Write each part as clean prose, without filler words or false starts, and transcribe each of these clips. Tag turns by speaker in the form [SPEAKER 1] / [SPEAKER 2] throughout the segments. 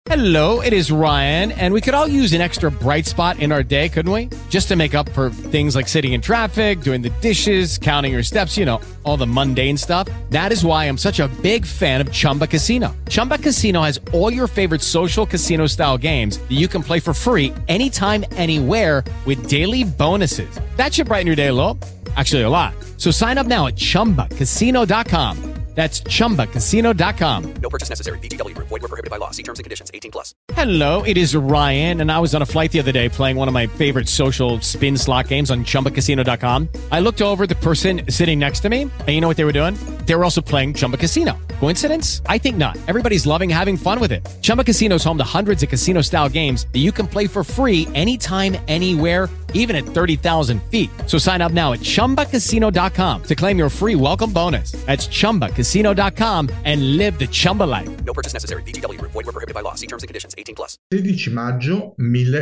[SPEAKER 1] Hello, it is Ryan, and we could all use an extra bright spot in our day, couldn't we? Just to make up for things like sitting in traffic, doing the dishes, counting your steps, you know, all the mundane stuff. That is why I'm such a big fan of Chumba Casino. Chumba Casino has all your favorite social casino-style games that you can play for free anytime, anywhere with daily bonuses. That should brighten your day a little. Actually, a lot. So sign up now at ChumbaCasino.com. That's ChumbaCasino.com.
[SPEAKER 2] No purchase necessary. VGW Group. Void where prohibited by law. See terms and conditions. 18+.
[SPEAKER 1] Hello, it is Ryan, and I was on a flight the other day playing one of my favorite social spin slot games on ChumbaCasino.com. I looked over at the person sitting next to me, and you know what they were doing? They were also playing Chumba Casino. Coincidence? I think not. Everybody's loving having fun with it. Chumba Casino is home to hundreds of casino-style games that you can play for free anytime, anywhere, even at 30,000 feet. So sign up now at ChumbaCasino.com to claim your free welcome bonus. That's ChumbaCasino.com and live the Chumba life.
[SPEAKER 2] No purchase necessary. VGW Group. Void where prohibited by law. See terms and conditions. 18+.
[SPEAKER 3] 16 maggio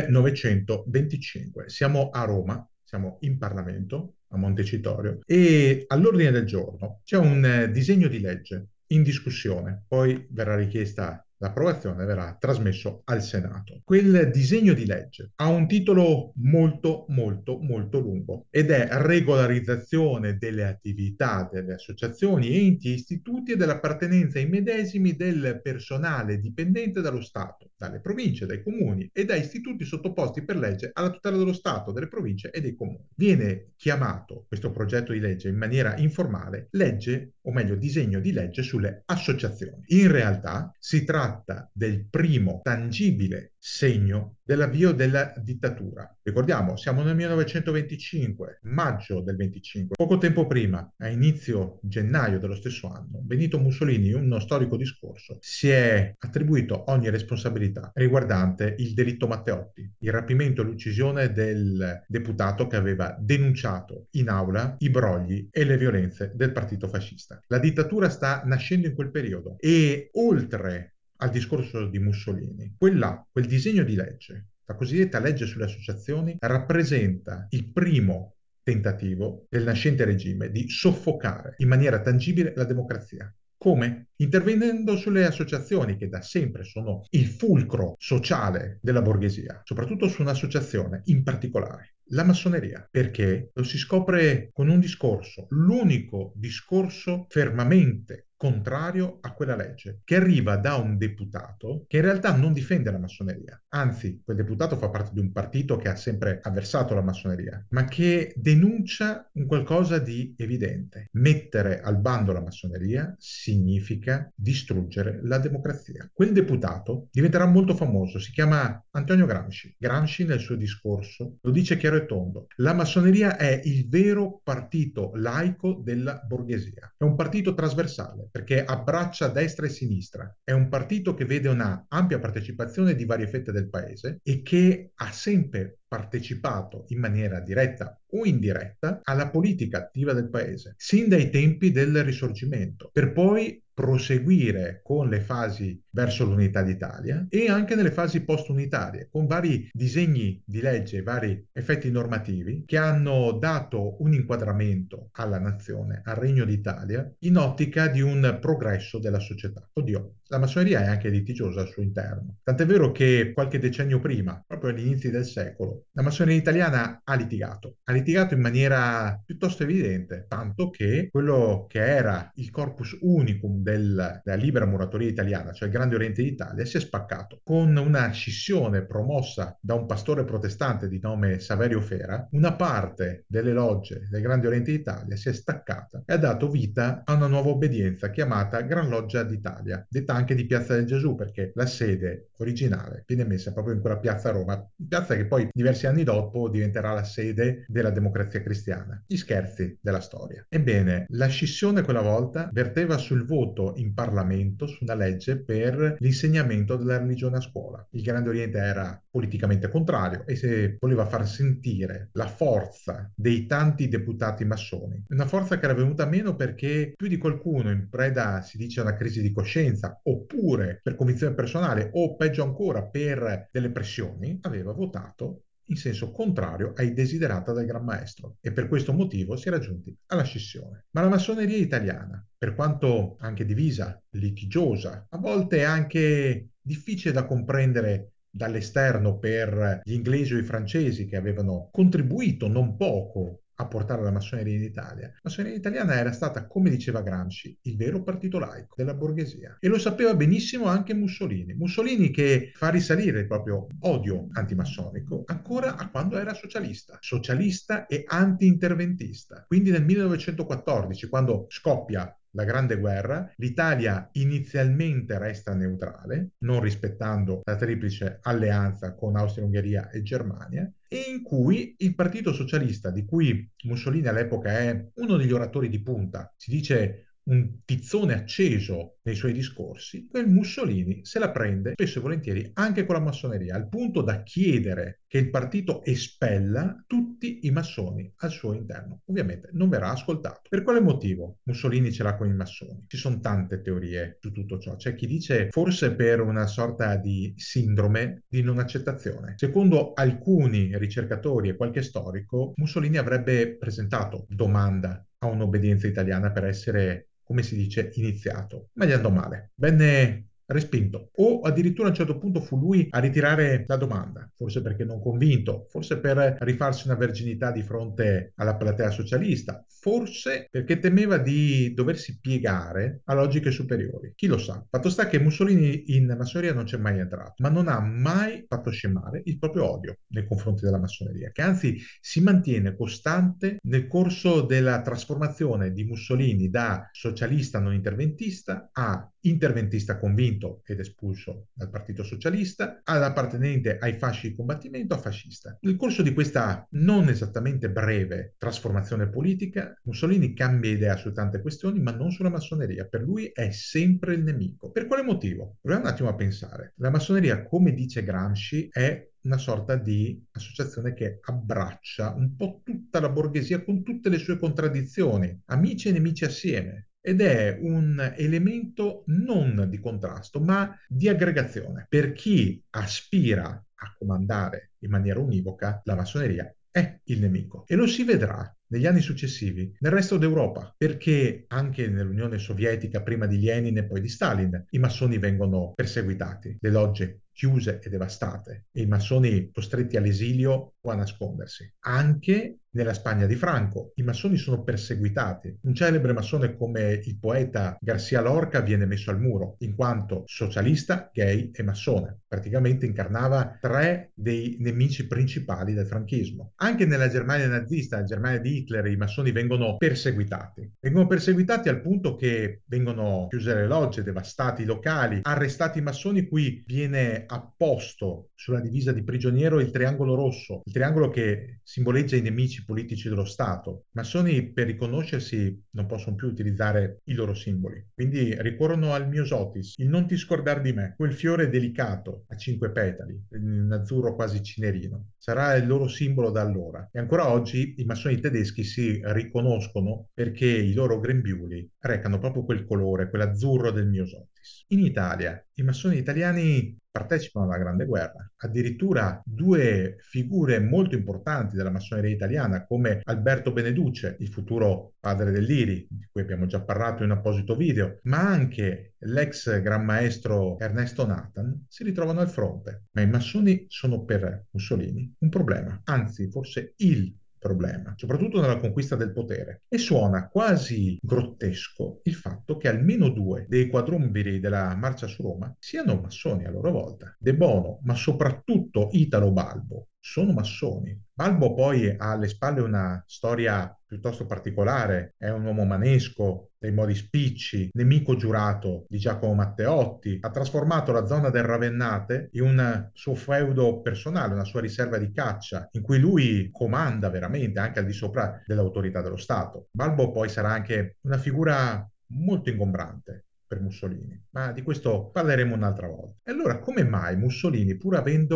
[SPEAKER 3] 1925. Siamo a Roma, siamo in Parlamento, a Montecitorio, e all'ordine del giorno c'è un disegno di legge in discussione, poi verrà richiesta l'approvazione, verrà trasmesso al Senato. Quel disegno di legge ha un titolo molto lungo ed è regolarizzazione delle attività delle associazioni, enti e istituti e dell'appartenenza ai medesimi del personale dipendente dallo Stato, dalle province, dai comuni e da istituti sottoposti per legge alla tutela dello Stato, delle province e dei comuni. Viene chiamato questo progetto di legge in maniera informale legge, o meglio disegno di legge sulle associazioni. In realtà si tratta del primo tangibile segno dell'avvio della dittatura. Ricordiamo, siamo nel 1925, maggio del 25. Poco tempo prima, a inizio gennaio dello stesso anno, Benito Mussolini, in uno storico discorso, si è attribuito ogni responsabilità riguardante il delitto Matteotti, il rapimento e l'uccisione del deputato che aveva denunciato in aula i brogli e le violenze del partito fascista. La dittatura sta nascendo in quel periodo e oltre al discorso di Mussolini, quel disegno di legge, la cosiddetta legge sulle associazioni, rappresenta il primo tentativo del nascente regime di soffocare in maniera tangibile la democrazia. Come? Intervenendo sulle associazioni che da sempre sono il fulcro sociale della borghesia, soprattutto su un'associazione in particolare, la massoneria, perché lo si scopre con un discorso, l'unico discorso fermamente contrario a quella legge, che arriva da un deputato che in realtà non difende la massoneria, anzi, quel deputato fa parte di un partito che ha sempre avversato la massoneria, ma che denuncia un qualcosa di evidente. Mettere al bando la massoneria significa distruggere la democrazia. Quel deputato diventerà molto famoso, si chiama Antonio Gramsci. Gramsci nel suo discorso lo dice chiaro e tondo: la massoneria è il vero partito laico della borghesia, è un partito trasversale perché abbraccia destra e sinistra, è un partito che vede una ampia partecipazione di varie fette del paese e che ha sempre partecipato in maniera diretta o indiretta alla politica attiva del paese, sin dai tempi del Risorgimento, per poi proseguire con le fasi verso l'unità d'Italia e anche nelle fasi post-unitarie, con vari disegni di legge, vari effetti normativi che hanno dato un inquadramento alla nazione, al Regno d'Italia, in ottica di un progresso della società. Oddio, la massoneria è anche litigiosa al suo interno. Tant'è vero che qualche decennio prima, proprio agli inizi del secolo, la massoneria italiana ha litigato in maniera piuttosto evidente, tanto che quello che era il corpus unicum della libera muratoria italiana, cioè il Grande Oriente d'Italia, si è spaccato. Con una scissione promossa da un pastore protestante di nome Saverio Fera, una parte delle logge del Grande Oriente d'Italia si è staccata e ha dato vita a una nuova obbedienza chiamata Gran Loggia d'Italia, detta anche di Piazza del Gesù, perché la sede originale viene messa proprio in quella piazza a Roma, piazza che poi diversi anni dopo diventerà la sede della Democrazia Cristiana. Gli scherzi della storia. Ebbene, la scissione quella volta verteva sul voto in Parlamento su una legge per l'insegnamento della religione a scuola. Il Grande Oriente era politicamente contrario e se voleva far sentire la forza dei tanti deputati massoni, una forza che era venuta meno perché più di qualcuno in preda, si dice, a una crisi di coscienza, oppure per convinzione personale, o peggio ancora per delle pressioni, aveva votato in senso contrario ai desiderata del Gran Maestro e per questo motivo si era giunti alla scissione. Ma la massoneria italiana, per quanto anche divisa, litigiosa, a volte anche difficile da comprendere dall'esterno per gli inglesi o i francesi che avevano contribuito non poco a portare la massoneria in Italia. La massoneria italiana era stata, come diceva Gramsci, il vero partito laico della borghesia. E lo sapeva benissimo anche Mussolini. Mussolini che fa risalire il proprio odio antimassonico ancora a quando era socialista e anti-interventista. Quindi nel 1914, quando scoppia la Grande Guerra, l'Italia inizialmente resta neutrale, non rispettando la triplice alleanza con Austria-Ungheria e Germania, e in cui il Partito Socialista, di cui Mussolini all'epoca è uno degli oratori di punta, si dice un tizzone acceso nei suoi discorsi, quel Mussolini se la prende spesso e volentieri anche con la massoneria, al punto da chiedere che il partito espella tutti i massoni al suo interno. Ovviamente non verrà ascoltato. Per quale motivo Mussolini ce l'ha con i massoni? Ci sono tante teorie su tutto ciò. C'è chi dice forse per una sorta di sindrome di non accettazione. Secondo alcuni ricercatori e qualche storico, Mussolini avrebbe presentato domanda a un'obbedienza italiana per essere, come si dice, iniziato, ma gli andò male. Venne respinto o addirittura a un certo punto fu lui a ritirare la domanda, forse perché non convinto, forse per rifarsi una verginità di fronte alla platea socialista, forse perché temeva di doversi piegare a logiche superiori. Chi lo sa? Fatto sta che Mussolini in massoneria non c'è mai entrato, ma non ha mai fatto scemare il proprio odio nei confronti della massoneria, che anzi si mantiene costante nel corso della trasformazione di Mussolini da socialista non interventista a interventista convinto ed espulso dal Partito Socialista, all'appartenente ai fasci di combattimento, a fascista. Nel corso di questa non esattamente breve trasformazione politica, Mussolini cambia idea su tante questioni, ma non sulla massoneria. Per lui è sempre il nemico. Per quale motivo? Proviamo un attimo a pensare. La massoneria, come dice Gramsci, è una sorta di associazione che abbraccia un po' tutta la borghesia con tutte le sue contraddizioni, amici e nemici assieme. Ed è un elemento non di contrasto, ma di aggregazione. Per chi aspira a comandare in maniera univoca, la massoneria è il nemico. E lo si vedrà negli anni successivi nel resto d'Europa, perché anche nell'Unione Sovietica, prima di Lenin e poi di Stalin, i massoni vengono perseguitati, le logge chiuse e devastate, e i massoni costretti all'esilio o a nascondersi. Anche nella Spagna di Franco i massoni sono perseguitati. Un celebre massone come il poeta García Lorca viene messo al muro, in quanto socialista, gay e massone. Praticamente incarnava tre dei nemici principali del franchismo. Anche nella Germania nazista, la Germania di Hitler, i massoni vengono perseguitati. Vengono perseguitati al punto che vengono chiuse le logge, devastati i locali, arrestati i massoni, cui viene apposto sulla divisa di prigioniero il triangolo rosso, il triangolo che simboleggia i nemici politici dello Stato. I massoni, per riconoscersi, non possono più utilizzare i loro simboli, quindi ricorrono al myosotis, il non ti scordar di me, quel fiore delicato a 5 petali, in azzurro quasi cinerino. Sarà il loro simbolo da allora. E ancora oggi i massoni tedeschi si riconoscono perché i loro grembiuli recano proprio quel colore, quell'azzurro del myosotis. In Italia, i massoni italiani partecipano alla Grande Guerra. Addirittura due figure molto importanti della massoneria italiana, come Alberto Beneduce, il futuro padre dell'IRI, di cui abbiamo già parlato in un apposito video, ma anche l'ex gran maestro Ernesto Nathan, si ritrovano al fronte. Ma i massoni sono per Mussolini un problema, anzi forse il problema, soprattutto nella conquista del potere. E suona quasi grottesco il fatto che almeno due dei quadrumviri della marcia su Roma siano massoni a loro volta. De Bono, ma soprattutto Italo Balbo, sono massoni. Balbo poi ha alle spalle una storia piuttosto particolare, è un uomo manesco, dei modi spicci, nemico giurato di Giacomo Matteotti, ha trasformato la zona del Ravennate in un suo feudo personale, una sua riserva di caccia, in cui lui comanda veramente anche al di sopra dell'autorità dello Stato. Balbo poi sarà anche una figura molto ingombrante per Mussolini, ma di questo parleremo un'altra volta. E allora, come mai Mussolini, pur avendo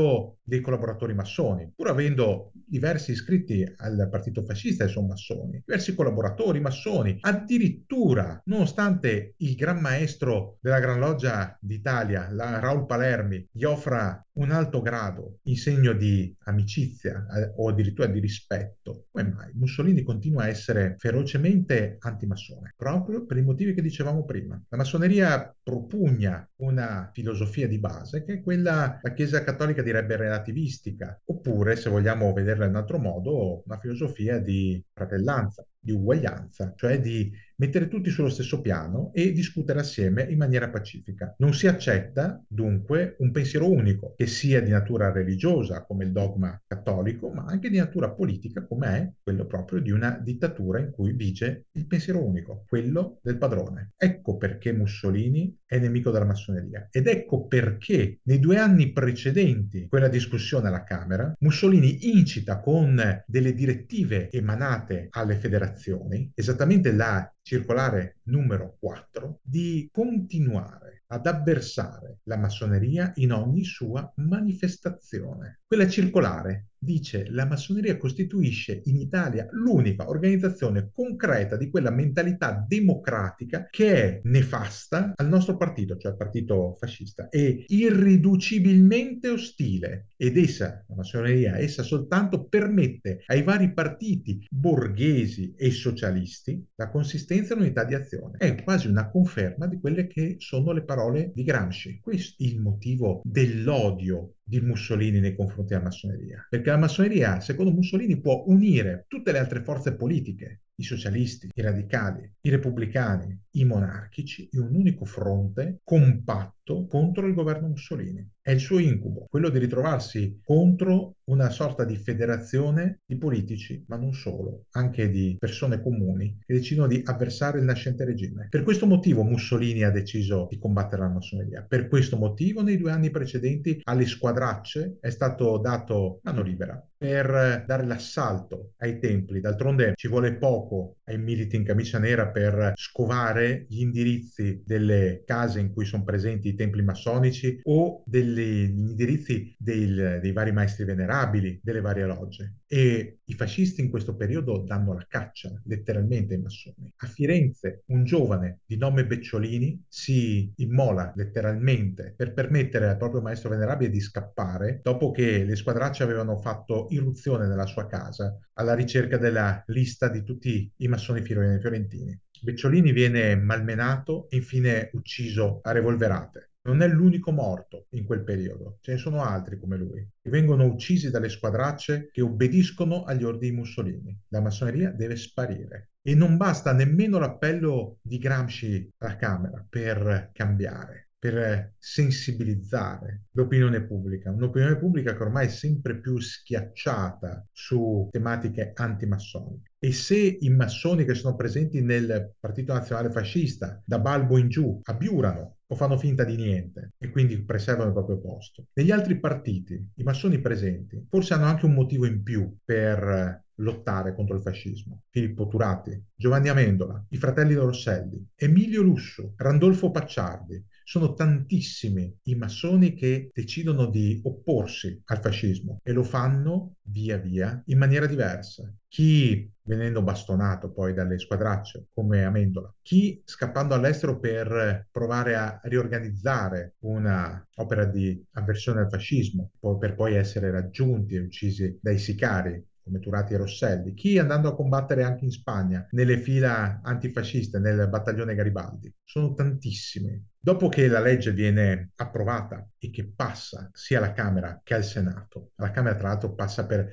[SPEAKER 3] dei collaboratori massoni, pur avendo diversi iscritti al partito fascista e sono massoni, diversi collaboratori massoni, addirittura, nonostante il gran maestro della Gran Loggia d'Italia, Raul Palermi, gli offra un alto grado in segno di amicizia o addirittura di rispetto, come mai Mussolini continua a essere ferocemente antimassone? Proprio per i motivi che dicevamo prima. La massoneria propugna una filosofia di base che è quella, la Chiesa Cattolica direbbe relativistica, oppure, se vogliamo vederla in un altro modo, una filosofia di fratellanza, di uguaglianza, cioè di mettere tutti sullo stesso piano e discutere assieme in maniera pacifica. Non si accetta dunque un pensiero unico, che sia di natura religiosa come il dogma cattolico, ma anche di natura politica come è quello proprio di una dittatura in cui vige il pensiero unico, quello del padrone. Ecco perché Mussolini è nemico della massoneria ed ecco perché nei 2 anni precedenti quella discussione alla Camera, Mussolini incita con delle direttive emanate alle federazioni, esattamente la circolare numero 4, di continuare ad avversare la massoneria in ogni sua manifestazione. Quella circolare dice: la massoneria costituisce in Italia l'unica organizzazione concreta di quella mentalità democratica che è nefasta al nostro partito, cioè al partito fascista, e irriducibilmente ostile. Ed essa, la massoneria, essa soltanto permette ai vari partiti borghesi e socialisti la consistenza e l'unità di azione. È quasi una conferma di quelle che sono le parole di Gramsci. Questo è il motivo dell'odio di Mussolini nei confronti della massoneria, perché la massoneria, secondo Mussolini, può unire tutte le altre forze politiche, i socialisti, i radicali, i repubblicani, i monarchici, in un unico fronte compatto contro il governo Mussolini. È il suo incubo, quello di ritrovarsi contro una sorta di federazione di politici, ma non solo, anche di persone comuni che decidono di avversare il nascente regime. Per questo motivo Mussolini ha deciso di combattere la massoneria. Per questo motivo nei 2 anni precedenti alle squadracce è stato dato mano libera per dare l'assalto ai templi. D'altronde ci vuole poco ai militi in camicia nera per scovare gli indirizzi delle case in cui sono presenti i templi massonici o degli indirizzi dei vari maestri venerabili, delle varie logge. E i fascisti in questo periodo danno la caccia letteralmente ai massoni. A Firenze un giovane di nome Becciolini si immola letteralmente per permettere al proprio maestro venerabile di scappare dopo che le squadracce avevano fatto irruzione nella sua casa alla ricerca della lista di tutti i massoni fiorentini. Becciolini viene malmenato e infine ucciso a revolverate. Non è l'unico morto in quel periodo, ce ne sono altri come lui, che vengono uccisi dalle squadracce che obbediscono agli ordini di Mussolini. La massoneria deve sparire. E non basta nemmeno l'appello di Gramsci alla Camera per cambiare, per sensibilizzare l'opinione pubblica, un'opinione pubblica che ormai è sempre più schiacciata su tematiche antimassoniche. E se i massoni che sono presenti nel Partito Nazionale Fascista, da Balbo in giù, abiurano o fanno finta di niente e quindi preservano il proprio posto, negli altri partiti i massoni presenti forse hanno anche un motivo in più per lottare contro il fascismo. Filippo Turati, Giovanni Amendola, i fratelli Rosselli, Emilio Lussu, Randolfo Pacciardi. Sono tantissimi i massoni che decidono di opporsi al fascismo e lo fanno via via in maniera diversa. Chi venendo bastonato poi dalle squadracce come Amendola, chi scappando all'estero per provare a riorganizzare una opera di avversione al fascismo, per poi essere raggiunti e uccisi dai sicari come Turati e Rosselli, chi andando a combattere anche in Spagna, nelle fila antifasciste, nel battaglione Garibaldi. Sono tantissimi. Dopo che la legge viene approvata e che passa sia alla Camera che al Senato, alla Camera tra l'altro passa per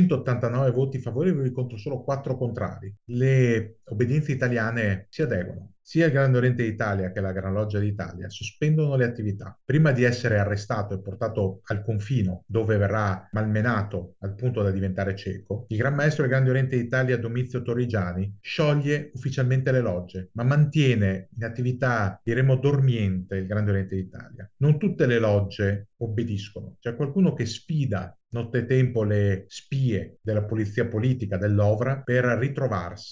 [SPEAKER 3] 289 voti favorevoli contro solo 4 contrari, le obbedienze italiane si adeguano. Sia il Grande Oriente d'Italia che la Gran Loggia d'Italia sospendono le attività. Prima di essere arrestato e portato al confino, dove verrà malmenato al punto da diventare cieco, il Gran Maestro del Grande Oriente d'Italia Domizio Torrigiani scioglie ufficialmente le logge, ma mantiene in attività, diremo, dormiente il Grande Oriente d'Italia. Non tutte le logge obbediscono. C'è qualcuno che sfida nottetempo le spie della polizia politica dell'Ovra per ritrovarsi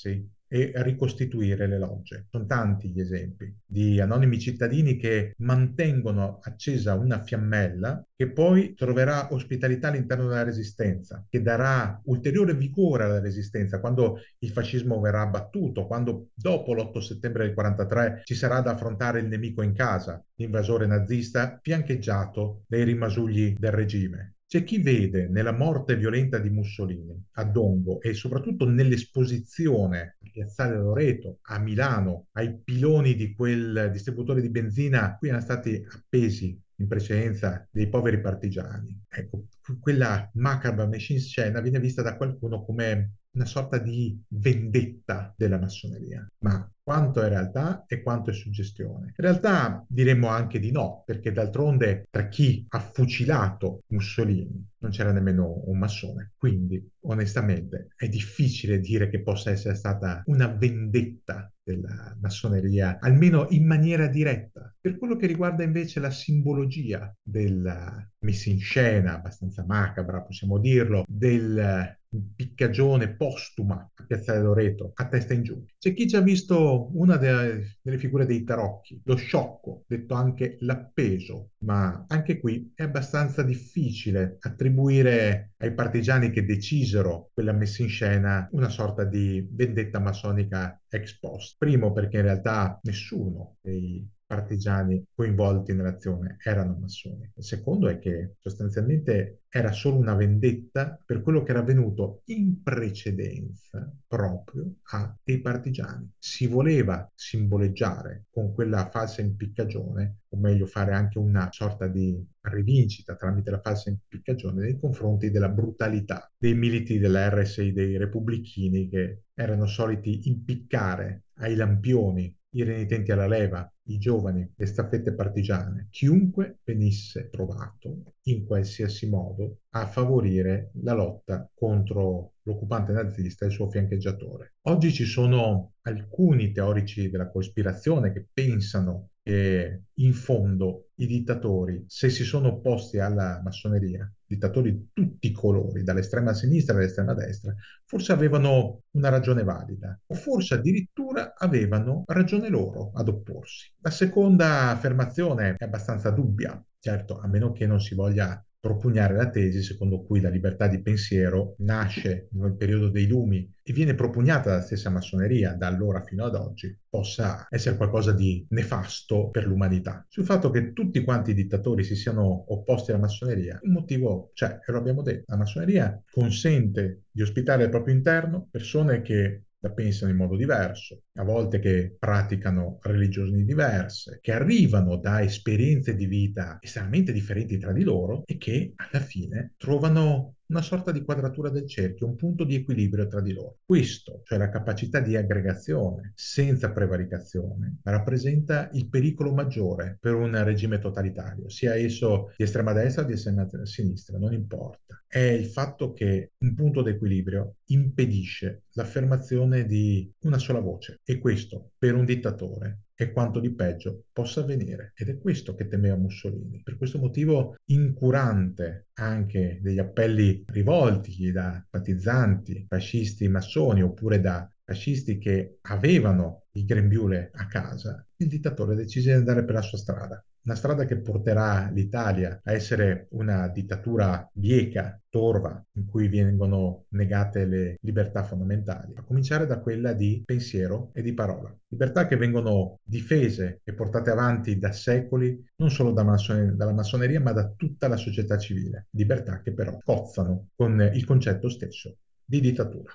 [SPEAKER 3] e ricostituire le logge. Sono tanti gli esempi di anonimi cittadini che mantengono accesa una fiammella che poi troverà ospitalità all'interno della Resistenza, che darà ulteriore vigore alla Resistenza quando il fascismo verrà abbattuto, quando dopo l'8 settembre del 43 ci sarà da affrontare il nemico in casa, l'invasore nazista fiancheggiato dai rimasugli del regime. C'è chi vede nella morte violenta di Mussolini a Dongo e soprattutto nell'esposizione a Piazzale Loreto, a Milano, ai piloni di quel distributore di benzina a cui erano stati appesi in precedenza dei poveri partigiani. Ecco, quella macabra messa in scena viene vista da qualcuno come una sorta di vendetta della massoneria. Ma quanto è realtà e quanto è suggestione? In realtà diremmo anche di no, perché d'altronde tra chi ha fucilato Mussolini non c'era nemmeno un massone. Quindi, onestamente, è difficile dire che possa essere stata una vendetta della massoneria, almeno in maniera diretta. Per quello che riguarda invece la simbologia della messa in scena, abbastanza macabra, possiamo dirlo, del piccagione postuma a Piazzale Loreto, a testa in giù. C'è chi ci ha visto una delle figure dei tarocchi, lo sciocco, detto anche l'appeso, ma anche qui è abbastanza difficile attribuire ai partigiani che decisero quella messa in scena una sorta di vendetta massonica ex post. Primo perché in realtà nessuno dei partigiani coinvolti nell'azione erano massoni. Il secondo è che sostanzialmente era solo una vendetta per quello che era avvenuto in precedenza proprio a dei partigiani. Si voleva simboleggiare con quella falsa impiccagione, o meglio fare anche una sorta di rivincita tramite la falsa impiccagione nei confronti della brutalità dei militi della RSI, dei repubblichini che erano soliti impiccare ai lampioni i renitenti alla leva, i giovani, le staffette partigiane, chiunque venisse trovato in qualsiasi modo a favorire la lotta contro l'occupante nazista e il suo fiancheggiatore. Oggi ci sono alcuni teorici della cospirazione che pensano che in fondo i dittatori, se si sono opposti alla massoneria, dittatori di tutti i colori, dall'estrema sinistra all'estrema destra, forse avevano una ragione valida, o forse addirittura avevano ragione loro ad opporsi. La seconda affermazione è abbastanza dubbia, certo, a meno che non si voglia propugnare la tesi secondo cui la libertà di pensiero nasce nel periodo dei Lumi e viene propugnata dalla stessa massoneria da allora fino ad oggi, possa essere qualcosa di nefasto per l'umanità. Sul fatto che tutti quanti i dittatori si siano opposti alla massoneria, un motivo c'è, e lo abbiamo detto. La massoneria consente di ospitare al proprio interno persone che la pensano in modo diverso, a volte che praticano religioni diverse, che arrivano da esperienze di vita estremamente differenti tra di loro e che alla fine trovano una sorta di quadratura del cerchio, un punto di equilibrio tra di loro. Questo, cioè la capacità di aggregazione senza prevaricazione, rappresenta il pericolo maggiore per un regime totalitario, sia esso di estrema destra o di estrema sinistra, non importa. È il fatto che un punto di equilibrio impedisce l'affermazione di una sola voce e questo per un dittatore è quanto di peggio possa avvenire. Ed è questo che temeva Mussolini. Per questo motivo, incurante anche degli appelli rivolti da simpatizzanti, fascisti, massoni, oppure da fascisti che avevano il grembiule a casa, il dittatore decise di andare per la sua strada. Una strada che porterà l'Italia a essere una dittatura bieca, torva, in cui vengono negate le libertà fondamentali, a cominciare da quella di pensiero e di parola. Libertà che vengono difese e portate avanti da secoli, non solo dalla massoneria, ma da tutta la società civile. Libertà che però cozzano con il concetto stesso di dittatura.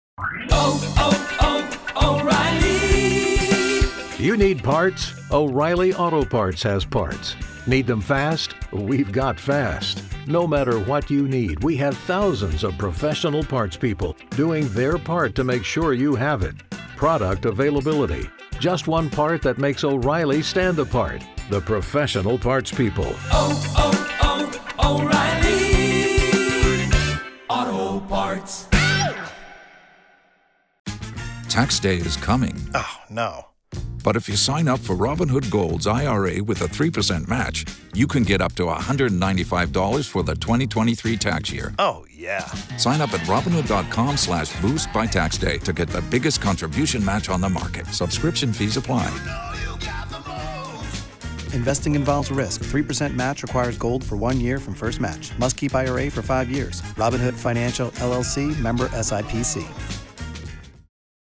[SPEAKER 4] Oh, oh, oh, O'Reilly.
[SPEAKER 5] You need parts? O'Reilly Auto Parts has parts. Need them fast? We've got fast. No matter what you need, we have thousands of professional parts people doing their part to make sure you have it. Product availability. Just one part that makes O'Reilly stand apart. The professional parts people.
[SPEAKER 4] Oh, oh, oh, O'Reilly Auto Parts.
[SPEAKER 6] Tax day is coming.
[SPEAKER 7] Oh, no.
[SPEAKER 6] But if you sign up for Robinhood Gold's IRA with a 3% match, you can get up to $195 for the 2023 tax year.
[SPEAKER 7] Oh, yeah.
[SPEAKER 6] Sign up at Robinhood.com/boost by tax day to get the biggest contribution match on the market. Subscription fees apply.
[SPEAKER 7] Investing involves risk. 3% match requires gold for 1 year from first match. Must keep IRA for 5 years. Robinhood Financial, LLC, member SIPC.